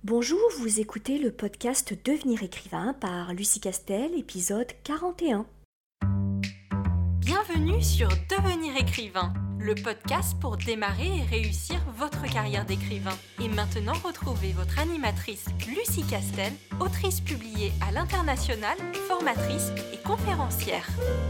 Bonjour, vous écoutez le podcast Devenir écrivain par Lucie Castel, épisode 41. Bienvenue sur Devenir écrivain, le podcast pour démarrer et réussir votre carrière d'écrivain. Et maintenant, retrouvez votre animatrice Lucie Castel, autrice publiée à l'international, formatrice et conférencière.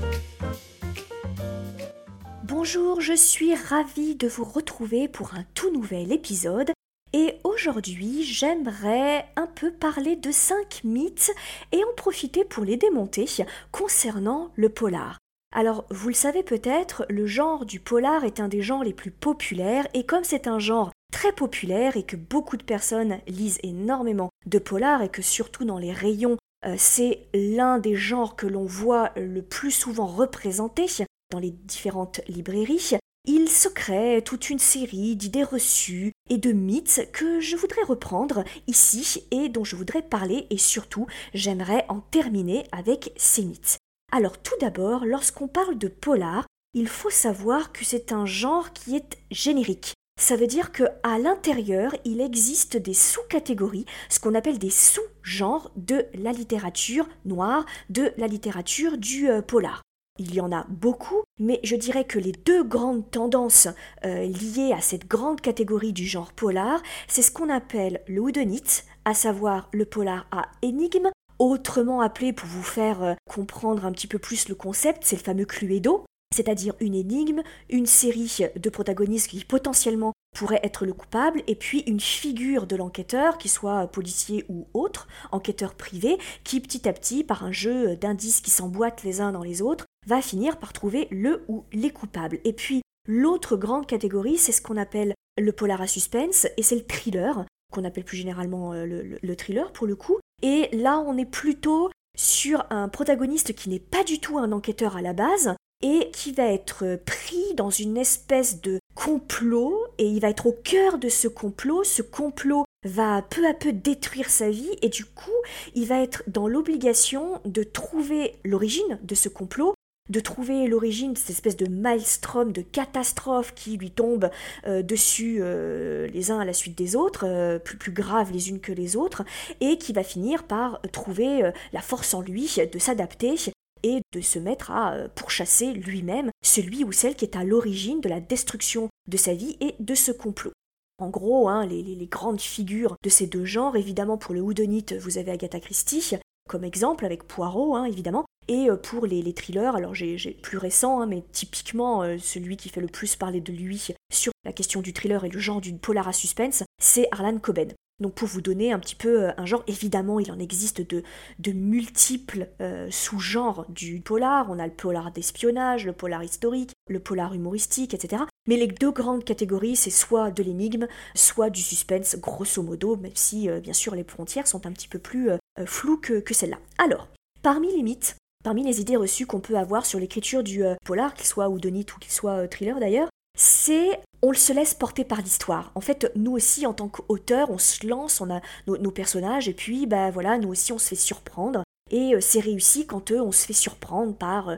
Bonjour, je suis ravie de vous retrouver pour un tout nouvel épisode. Et aujourd'hui, j'aimerais un peu parler de 5 mythes et en profiter pour les démonter concernant le polar. Alors, vous le savez peut-être, le genre du polar est un des genres les plus populaires et comme c'est un genre très populaire et que beaucoup de personnes lisent énormément de polar et que surtout dans les rayons, c'est l'un des genres que l'on voit le plus souvent représenté dans les différentes librairies, il se crée toute une série d'idées reçues et de mythes que je voudrais reprendre ici et dont je voudrais parler et surtout j'aimerais en terminer avec ces mythes. Alors tout d'abord, lorsqu'on parle de polar, il faut savoir que c'est un genre qui est générique. Ça veut dire qu'à l'intérieur, il existe des sous-catégories, ce qu'on appelle des sous-genres de la littérature noire, de la littérature du polar. Il y en a beaucoup, mais je dirais que les deux grandes tendances liées à cette grande catégorie du genre polar, c'est ce qu'on appelle le whodunit, à savoir le polar à énigme, autrement appelé pour vous faire comprendre un petit peu plus le concept, c'est le fameux Cluedo, c'est-à-dire une énigme, une série de protagonistes qui potentiellement pourraient être le coupable, et puis une figure de l'enquêteur, qui soit policier ou autre, enquêteur privé, qui petit à petit, par un jeu d'indices qui s'emboîtent les uns dans les autres, va finir par trouver le ou les coupables. Et puis, l'autre grande catégorie, c'est ce qu'on appelle le polar à suspense, et c'est le thriller, qu'on appelle plus généralement le thriller pour le coup. Et là, on est plutôt sur un protagoniste qui n'est pas du tout un enquêteur à la base, et qui va être pris dans une espèce de complot, et il va être au cœur de ce complot. Ce complot va peu à peu détruire sa vie, et du coup, il va être dans l'obligation de trouver l'origine de ce complot, de trouver l'origine de cette espèce de maelstrom, de catastrophe qui lui tombe dessus les uns à la suite des autres, plus graves les unes que les autres, et qui va finir par trouver la force en lui de s'adapter et de se mettre à pourchasser lui-même celui ou celle qui est à l'origine de la destruction de sa vie et de ce complot. En gros, les grandes figures de ces deux genres, évidemment pour le whodunit, vous avez Agatha Christie, comme exemple, avec Poirot, évidemment, et pour les thrillers, alors j'ai plus récent, mais typiquement celui qui fait le plus parler de lui sur la question du thriller et le genre du polar à suspense, c'est Harlan Coben. Donc pour vous donner un petit peu un genre, évidemment il en existe de multiples sous-genres du polar, on a le polar d'espionnage, le polar historique, le polar humoristique, etc. Mais les deux grandes catégories, c'est soit de l'énigme, soit du suspense, grosso modo, même si bien sûr les frontières sont un petit peu plus floues que celle-là. Alors, parmi les mythes, parmi les idées reçues qu'on peut avoir sur l'écriture du polar, qu'il soit whodunit ou qu'il soit thriller d'ailleurs, c'est on se laisse porter par l'histoire. En fait, nous aussi, en tant qu'auteur, on se lance, on a nos personnages, et puis, voilà, nous aussi, on se fait surprendre. Et c'est réussi quand on se fait surprendre par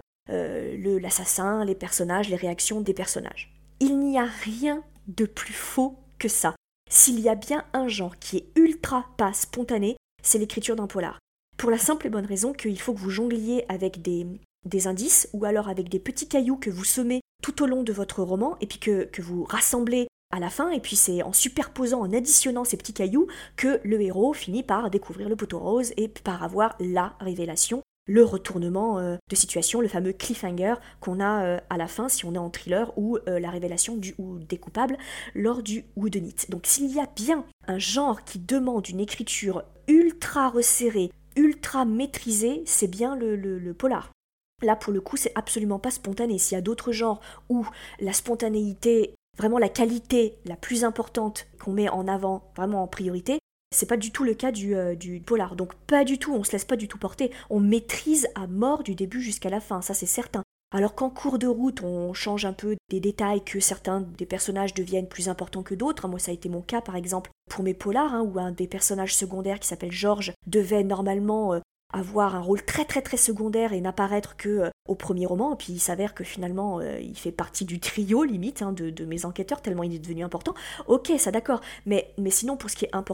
l'assassin, les personnages, les réactions des personnages. Il n'y a rien de plus faux que ça. S'il y a bien un genre qui est ultra pas spontané, c'est l'écriture d'un polar. Pour la simple et bonne raison qu'il faut que vous jongliez avec des indices, ou alors avec des petits cailloux que vous semez tout au long de votre roman, et puis que vous rassemblez à la fin, et puis c'est en superposant, en additionnant ces petits cailloux, que le héros finit par découvrir le poteau rose et par avoir la révélation, le retournement de situation, le fameux cliffhanger qu'on a à la fin si on est en thriller, ou la révélation ou des coupables lors du whodunit. Donc s'il y a bien un genre qui demande une écriture ultra resserrée, ultra maîtrisée, c'est bien le polar. Là, pour le coup, c'est absolument pas spontané. S'il y a d'autres genres où la spontanéité, vraiment la qualité la plus importante qu'on met en avant, vraiment en priorité, c'est pas du tout le cas du polar. Donc pas du tout, on se laisse pas du tout porter. On maîtrise à mort du début jusqu'à la fin, ça c'est certain. Alors qu'en cours de route, on change un peu des détails, que certains des personnages deviennent plus importants que d'autres. Moi, ça a été mon cas, par exemple, pour mes polars, où un des personnages secondaires qui s'appelle Georges devait normalement avoir un rôle très très très secondaire et n'apparaître que au premier roman, et puis il s'avère que finalement il fait partie du trio limite de mes enquêteurs tellement il est devenu important. Ok, ça d'accord, mais sinon pour ce qui est important,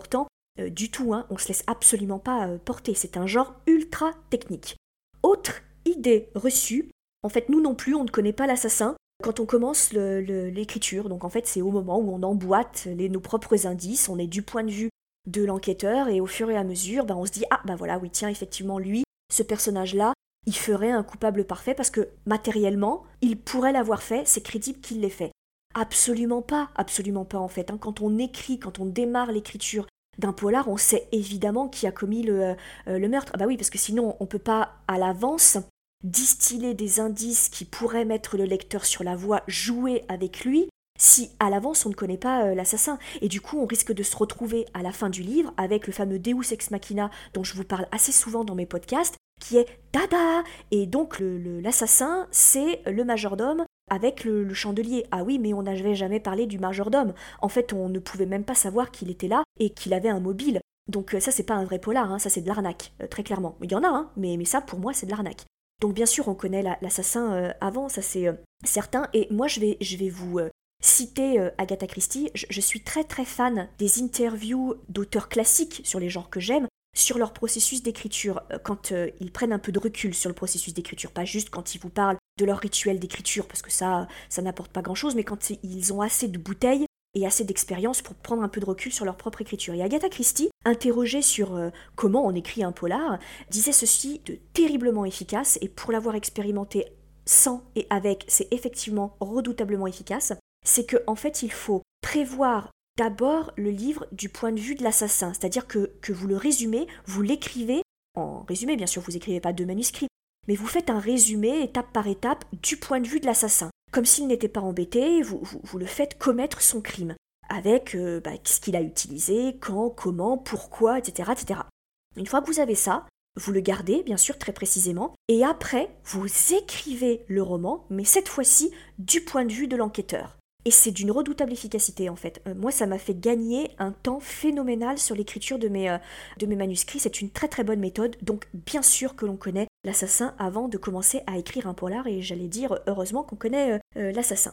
du tout, hein, on se laisse absolument pas porter, c'est un genre ultra technique. Autre idée reçue, en fait nous non plus on ne connaît pas l'assassin quand on commence l'écriture, donc en fait c'est au moment où on emboîte nos propres indices, on est du point de vue de l'enquêteur et au fur et à mesure on se dit ah bah voilà oui tiens effectivement lui, ce personnage-là, il ferait un coupable parfait parce que matériellement il pourrait l'avoir fait, c'est crédible qu'il l'ait fait. Absolument pas en fait, hein. Quand on écrit, quand on démarre l'écriture d'un polar, on sait évidemment qui a commis le meurtre. Ah bah oui, parce que sinon on peut pas à l'avance distiller des indices qui pourraient mettre le lecteur sur la voie, jouer avec lui, si à l'avance on ne connaît pas l'assassin. Et du coup on risque de se retrouver à la fin du livre avec le fameux Deus Ex Machina dont je vous parle assez souvent dans mes podcasts, qui est tada. Et donc l'assassin c'est le majordome avec le chandelier. Ah oui, mais on n'avait jamais parlé du majordome. En fait, on ne pouvait même pas savoir qu'il était là et qu'il avait un mobile. Donc ça, c'est pas un vrai polar, hein, ça c'est de l'arnaque, très clairement. Il y en a, hein, mais ça, pour moi, c'est de l'arnaque. Donc bien sûr, on connaît l'assassin avant, ça c'est certain. Et moi, je vais vous citer Agatha Christie. Je suis très très fan des interviews d'auteurs classiques sur les genres que j'aime, sur leur processus d'écriture, quand ils prennent un peu de recul sur le processus d'écriture, pas juste quand ils vous parlent de leur rituel d'écriture, parce que ça n'apporte pas grand-chose, mais quand ils ont assez de bouteilles et assez d'expérience pour prendre un peu de recul sur leur propre écriture. Et Agatha Christie, interrogée sur comment on écrit un polar, disait ceci de terriblement efficace, et pour l'avoir expérimenté sans et avec, c'est effectivement redoutablement efficace, c'est qu'en fait il faut prévoir d'abord le livre du point de vue de l'assassin, c'est-à-dire que vous le résumez, vous l'écrivez, en résumé bien sûr, vous n'écrivez pas 2 manuscrits, mais vous faites un résumé étape par étape du point de vue de l'assassin. Comme s'il n'était pas embêté, vous le faites commettre son crime, avec ce qu'il a utilisé, quand, comment, pourquoi, etc., etc. Une fois que vous avez ça, vous le gardez bien sûr très précisément, et après vous écrivez le roman, mais cette fois-ci du point de vue de l'enquêteur. Et c'est d'une redoutable efficacité en fait. Moi ça m'a fait gagner un temps phénoménal sur l'écriture de mes manuscrits. C'est une très très bonne méthode. Donc bien sûr que l'on connaît l'assassin avant de commencer à écrire un polar. Et j'allais dire heureusement qu'on connaît l'assassin.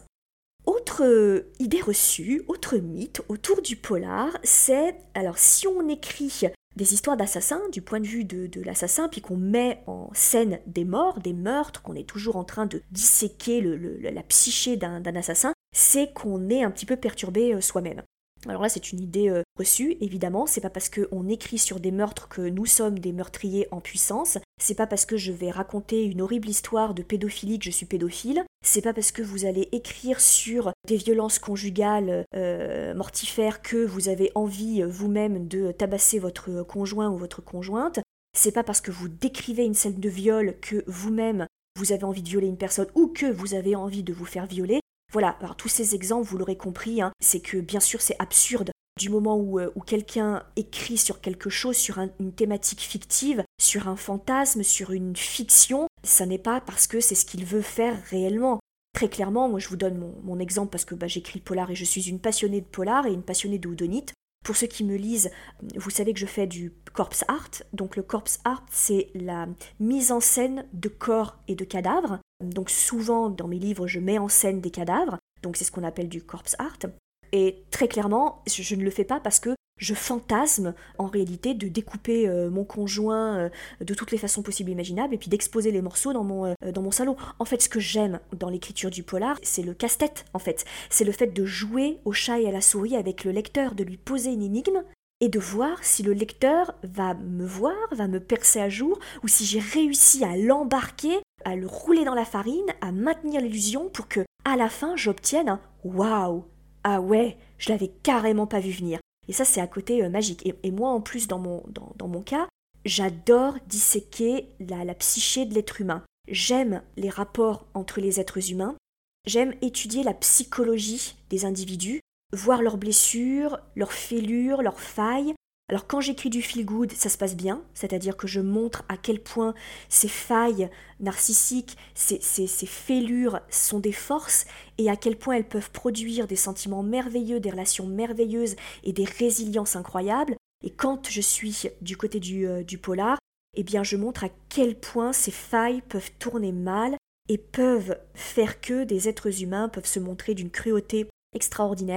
Autre idée reçue, autre mythe autour du polar, c'est alors si on écrit des histoires d'assassins du point de vue de l'assassin, puis qu'on met en scène des morts, des meurtres, qu'on est toujours en train de disséquer la psyché d'un assassin, c'est qu'on est un petit peu perturbé soi-même. Alors là, c'est une idée reçue, évidemment. C'est pas parce qu'on écrit sur des meurtres que nous sommes des meurtriers en puissance. C'est pas parce que je vais raconter une horrible histoire de pédophilie que je suis pédophile. C'est pas parce que vous allez écrire sur des violences conjugales mortifères que vous avez envie vous-même de tabasser votre conjoint ou votre conjointe. C'est pas parce que vous décrivez une scène de viol que vous-même vous avez envie de violer une personne ou que vous avez envie de vous faire violer. Voilà, alors tous ces exemples, vous l'aurez compris, hein, c'est que bien sûr c'est absurde. Du moment où quelqu'un écrit sur quelque chose, sur une thématique fictive, sur un fantasme, sur une fiction, ça n'est pas parce que c'est ce qu'il veut faire réellement. Très clairement, moi je vous donne mon exemple parce que j'écris le polar et je suis une passionnée de polar et une passionnée de houdonite. Pour ceux qui me lisent, vous savez que je fais du corpse art. Donc le corpse art, c'est la mise en scène de corps et de cadavres. Donc souvent, dans mes livres, je mets en scène des cadavres. Donc c'est ce qu'on appelle du corpse art. Et très clairement, je ne le fais pas parce que je fantasme en réalité de découper mon conjoint de toutes les façons possibles et imaginables et puis d'exposer les morceaux dans mon salon. En fait, ce que j'aime dans l'écriture du polar, c'est le casse-tête en fait. C'est le fait de jouer au chat et à la souris avec le lecteur, de lui poser une énigme et de voir si le lecteur va me voir, va me percer à jour ou si j'ai réussi à l'embarquer, à le rouler dans la farine, à maintenir l'illusion pour que à la fin j'obtienne un waouh. Ah ouais, je l'avais carrément pas vu venir. Et ça, c'est à côté magique. Et moi, en plus, dans mon cas, j'adore disséquer la psyché de l'être humain. J'aime les rapports entre les êtres humains. J'aime étudier la psychologie des individus, voir leurs blessures, leurs fêlures, leurs failles. Alors quand j'écris du feel good, ça se passe bien, c'est-à-dire que je montre à quel point ces failles narcissiques, ces fêlures sont des forces et à quel point elles peuvent produire des sentiments merveilleux, des relations merveilleuses et des résiliences incroyables. Et quand je suis du côté du polar, eh bien je montre à quel point ces failles peuvent tourner mal et peuvent faire que des êtres humains peuvent se montrer d'une cruauté extraordinaire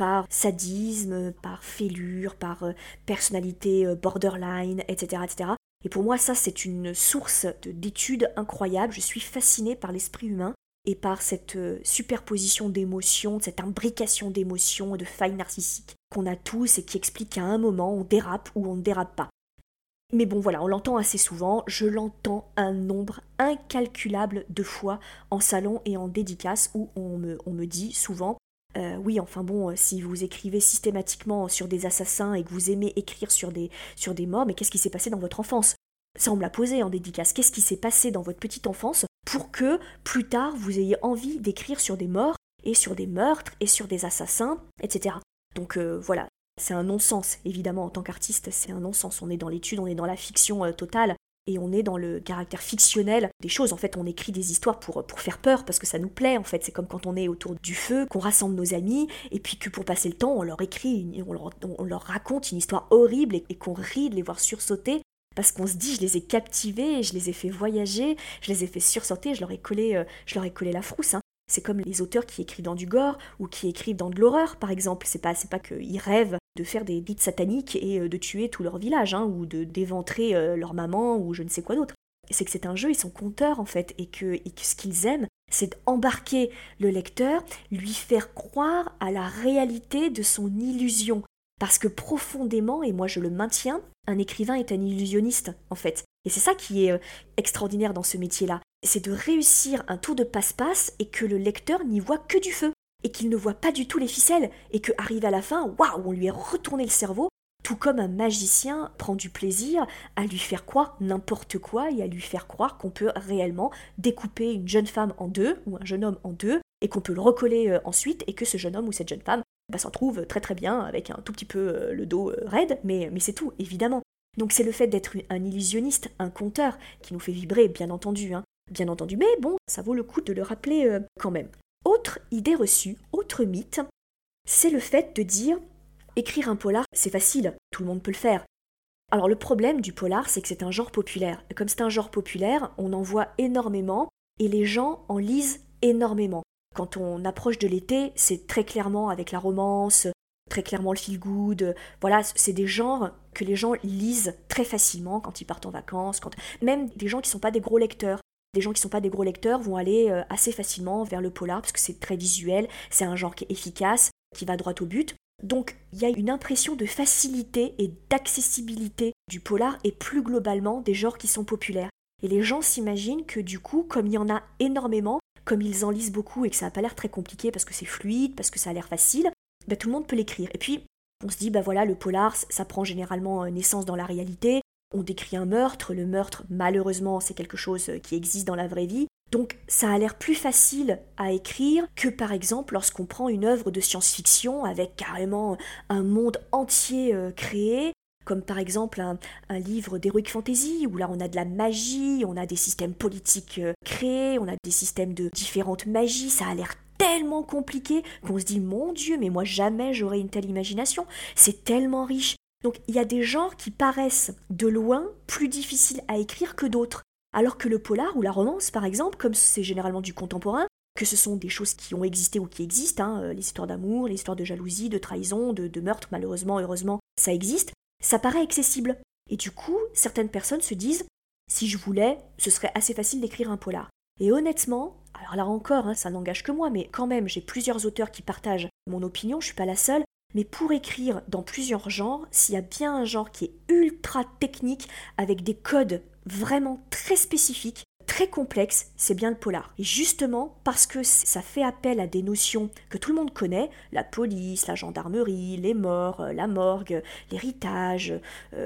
par sadisme, par fêlure, par personnalité borderline, etc., etc. Et pour moi, ça, c'est une source d'études incroyable. Je suis fascinée par l'esprit humain et par cette superposition d'émotions, cette imbrication d'émotions, de failles narcissiques qu'on a tous et qui explique qu'à un moment, on dérape ou on ne dérape pas. Mais bon, voilà, on l'entend assez souvent. Je l'entends un nombre incalculable de fois en salon et en dédicace où on me dit souvent oui, enfin bon, si vous écrivez systématiquement sur des assassins et que vous aimez écrire sur des morts, mais qu'est-ce qui s'est passé dans votre enfance ? Ça, on me l'a posé en dédicace. Qu'est-ce qui s'est passé dans votre petite enfance pour que, plus tard, vous ayez envie d'écrire sur des morts et sur des meurtres et sur des assassins, etc. Donc voilà, c'est un non-sens, évidemment, en tant qu'artiste, c'est un non-sens. On est dans l'étude, on est dans la fiction totale. Et on est dans le caractère fictionnel des choses. En fait, on écrit des histoires pour faire peur, parce que ça nous plaît, en fait. C'est comme quand on est autour du feu, qu'on rassemble nos amis, et puis que pour passer le temps, on leur écrit, on leur raconte une histoire horrible, et qu'on rit de les voir sursauter, parce qu'on se dit, je les ai captivés, je les ai fait voyager, je les ai fait sursauter, je leur ai collé la frousse, hein. C'est comme les auteurs qui écrivent dans du gore, ou qui écrivent dans de l'horreur, par exemple. C'est pas qu'ils rêvent de faire des rites sataniques et de tuer tout leur village, hein, ou d'éventrer leur maman, ou je ne sais quoi d'autre. C'est que c'est un jeu, ils sont conteurs, en fait, et que ce qu'ils aiment, c'est d'embarquer le lecteur, lui faire croire à la réalité de son illusion. Parce que profondément, et moi je le maintiens, un écrivain est un illusionniste, en fait. Et c'est ça qui est extraordinaire dans ce métier-là. C'est de réussir un tour de passe-passe et que le lecteur n'y voit que du feu. Et qu'il ne voit pas du tout les ficelles. Et qu'arrive à la fin, waouh, on lui a retourné le cerveau. Tout comme un magicien prend du plaisir à lui faire croire n'importe quoi et à lui faire croire qu'on peut réellement découper une jeune femme en deux, ou un jeune homme en deux, et qu'on peut le recoller ensuite, et que ce jeune homme ou cette jeune femme s'en trouve très très bien, avec un tout petit peu le dos raide, mais c'est tout, évidemment. Donc c'est le fait d'être un illusionniste, un conteur, qui nous fait vibrer, bien entendu, hein. Bien entendu, mais bon, ça vaut le coup de le rappeler quand même. Autre idée reçue, autre mythe, c'est le fait de dire « écrire un polar, c'est facile, tout le monde peut le faire ». Alors le problème du polar, c'est que c'est un genre populaire. Et comme c'est un genre populaire, on en voit énormément, et les gens en lisent énormément. Quand on approche de l'été, c'est très clairement avec la romance, très clairement le feel-good. Voilà, c'est des genres que les gens lisent très facilement quand ils partent en vacances. Même des gens qui ne sont pas des gros lecteurs. Des gens qui ne sont pas des gros lecteurs vont aller assez facilement vers le polar parce que c'est très visuel, c'est un genre qui est efficace, qui va droit au but. Donc il y a une impression de facilité et d'accessibilité du polar et plus globalement des genres qui sont populaires. Et les gens s'imaginent que du coup, comme il y en a énormément, comme ils en lisent beaucoup et que ça n'a pas l'air très compliqué parce que c'est fluide, parce que ça a l'air facile, tout le monde peut l'écrire. Et puis on se dit, voilà, le polar, ça prend généralement naissance dans la réalité. On décrit un meurtre, le meurtre, malheureusement, c'est quelque chose qui existe dans la vraie vie. Donc ça a l'air plus facile à écrire que par exemple lorsqu'on prend une œuvre de science-fiction avec carrément un monde entier créé, comme par exemple un livre d'heroic fantasy, où là on a de la magie, on a des systèmes politiques créés, on a des systèmes de différentes magies, ça a l'air tellement compliqué qu'on se dit mon Dieu, mais moi jamais j'aurais une telle imagination, c'est tellement riche. Donc il y a des genres qui paraissent de loin plus difficiles à écrire que d'autres. Alors que le polar ou la romance, par exemple, comme c'est généralement du contemporain, que ce sont des choses qui ont existé ou qui existent, les histoires d'amour, les histoires de jalousie, de trahison, de meurtre, malheureusement, heureusement, ça existe, ça paraît accessible. Et du coup, certaines personnes se disent, si je voulais, ce serait assez facile d'écrire un polar. Et honnêtement, alors là encore, ça n'engage que moi, mais quand même, j'ai plusieurs auteurs qui partagent mon opinion, je suis pas la seule, mais pour écrire dans plusieurs genres, s'il y a bien un genre qui est ultra technique, avec des codes vraiment très spécifiques, très complexes, c'est bien le polar. Et justement, parce que ça fait appel à des notions que tout le monde connaît, la police, la gendarmerie, les morts, la morgue, l'héritage,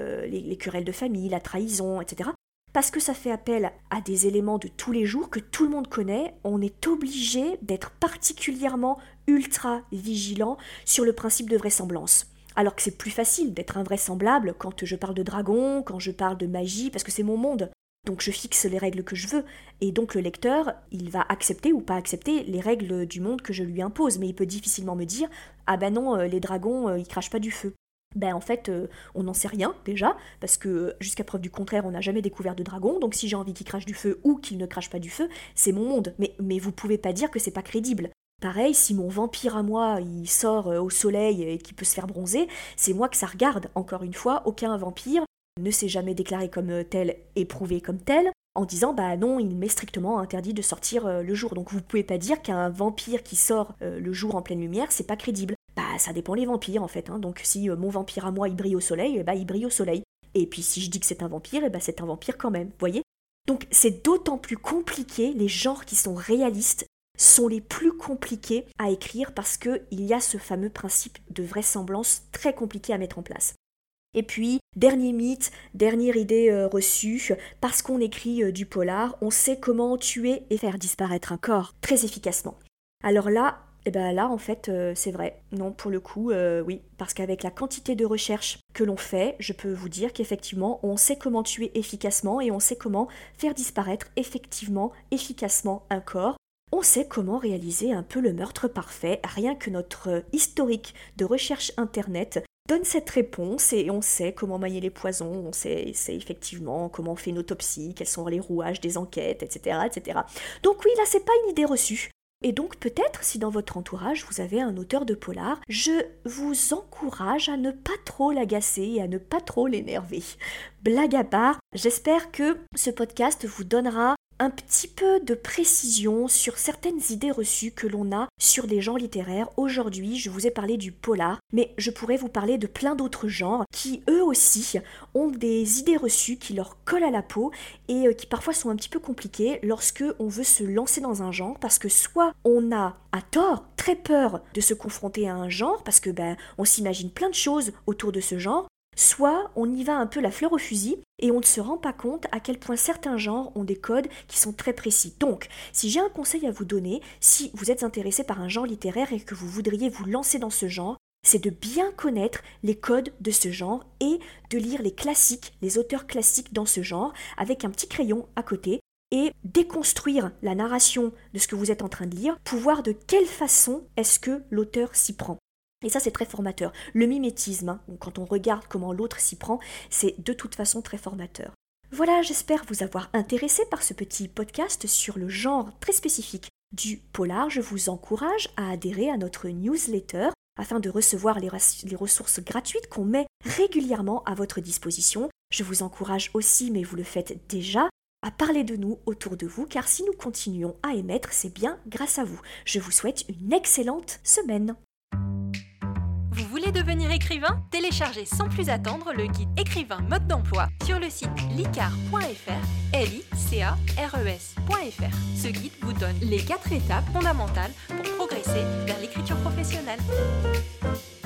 les querelles de famille, la trahison, etc. Parce que ça fait appel à des éléments de tous les jours que tout le monde connaît, on est obligé d'être particulièrement ultra vigilant sur le principe de vraisemblance. Alors que c'est plus facile d'être invraisemblable quand je parle de dragons, quand je parle de magie, parce que c'est mon monde. Donc je fixe les règles que je veux. Et donc le lecteur, il va accepter ou pas accepter les règles du monde que je lui impose. Mais il peut difficilement me dire « Ah ben non, les dragons, ils crachent pas du feu ». En fait, on n'en sait rien déjà, parce que jusqu'à preuve du contraire, on n'a jamais découvert de dragon, donc si j'ai envie qu'il crache du feu ou qu'il ne crache pas du feu, c'est mon monde. Mais vous pouvez pas dire que c'est pas crédible. Pareil, si mon vampire à moi, il sort au soleil et qu'il peut se faire bronzer, c'est moi que ça regarde. Encore une fois, aucun vampire ne s'est jamais déclaré comme tel, éprouvé comme tel, en disant bah non, il m'est strictement interdit de sortir le jour. Donc vous pouvez pas dire qu'un vampire qui sort le jour en pleine lumière, c'est pas crédible. Bah ça dépend les vampires en fait. Donc si mon vampire à moi il brille au soleil, bah il brille au soleil. Et puis si je dis que c'est un vampire, bah c'est un vampire quand même, voyez. Donc c'est d'autant plus compliqué, les genres qui sont réalistes sont les plus compliqués à écrire parce qu'il y a ce fameux principe de vraisemblance très compliqué à mettre en place. Et puis, dernier mythe, dernière idée reçue, parce qu'on écrit du polar, on sait comment tuer et faire disparaître un corps très efficacement. Alors là, en fait, c'est vrai. Non, pour le coup, oui. Parce qu'avec la quantité de recherches que l'on fait, je peux vous dire qu'effectivement, on sait comment tuer efficacement et on sait comment faire disparaître effectivement, efficacement un corps. On sait comment réaliser un peu le meurtre parfait, rien que notre historique de recherche internet donne cette réponse et on sait comment manier les poisons, on sait effectivement comment on fait une autopsie, quels sont les rouages des enquêtes, etc., etc. Donc oui, là, c'est pas une idée reçue. Et donc peut-être, si dans votre entourage vous avez un auteur de polar, je vous encourage à ne pas trop l'agacer et à ne pas trop l'énerver. Blague à part, j'espère que ce podcast vous donnera un petit peu de précision sur certaines idées reçues que l'on a sur les genres littéraires. Aujourd'hui, je vous ai parlé du polar, mais je pourrais vous parler de plein d'autres genres qui, eux aussi, ont des idées reçues qui leur collent à la peau et qui parfois sont un petit peu compliquées lorsque on veut se lancer dans un genre, parce que soit on a, à tort, très peur de se confronter à un genre, parce que on s'imagine plein de choses autour de ce genre, soit on y va un peu la fleur au fusil et on ne se rend pas compte à quel point certains genres ont des codes qui sont très précis. Donc, si j'ai un conseil à vous donner, si vous êtes intéressé par un genre littéraire et que vous voudriez vous lancer dans ce genre, c'est de bien connaître les codes de ce genre et de lire les classiques, les auteurs classiques dans ce genre, avec un petit crayon à côté, et déconstruire la narration de ce que vous êtes en train de lire pour voir de quelle façon est-ce que l'auteur s'y prend. Et ça, c'est très formateur. Le mimétisme, quand on regarde comment l'autre s'y prend, c'est de toute façon très formateur. Voilà, j'espère vous avoir intéressé par ce petit podcast sur le genre très spécifique du polar. Je vous encourage à adhérer à notre newsletter afin de recevoir les ressources gratuites qu'on met régulièrement à votre disposition. Je vous encourage aussi, mais vous le faites déjà, à parler de nous autour de vous, car si nous continuons à émettre, c'est bien grâce à vous. Je vous souhaite une excellente semaine. Vous voulez devenir écrivain ? Téléchargez sans plus attendre le guide écrivain mode d'emploi sur le site licares.fr, licares.fr. Ce guide vous donne les 4 étapes fondamentales pour progresser vers l'écriture professionnelle.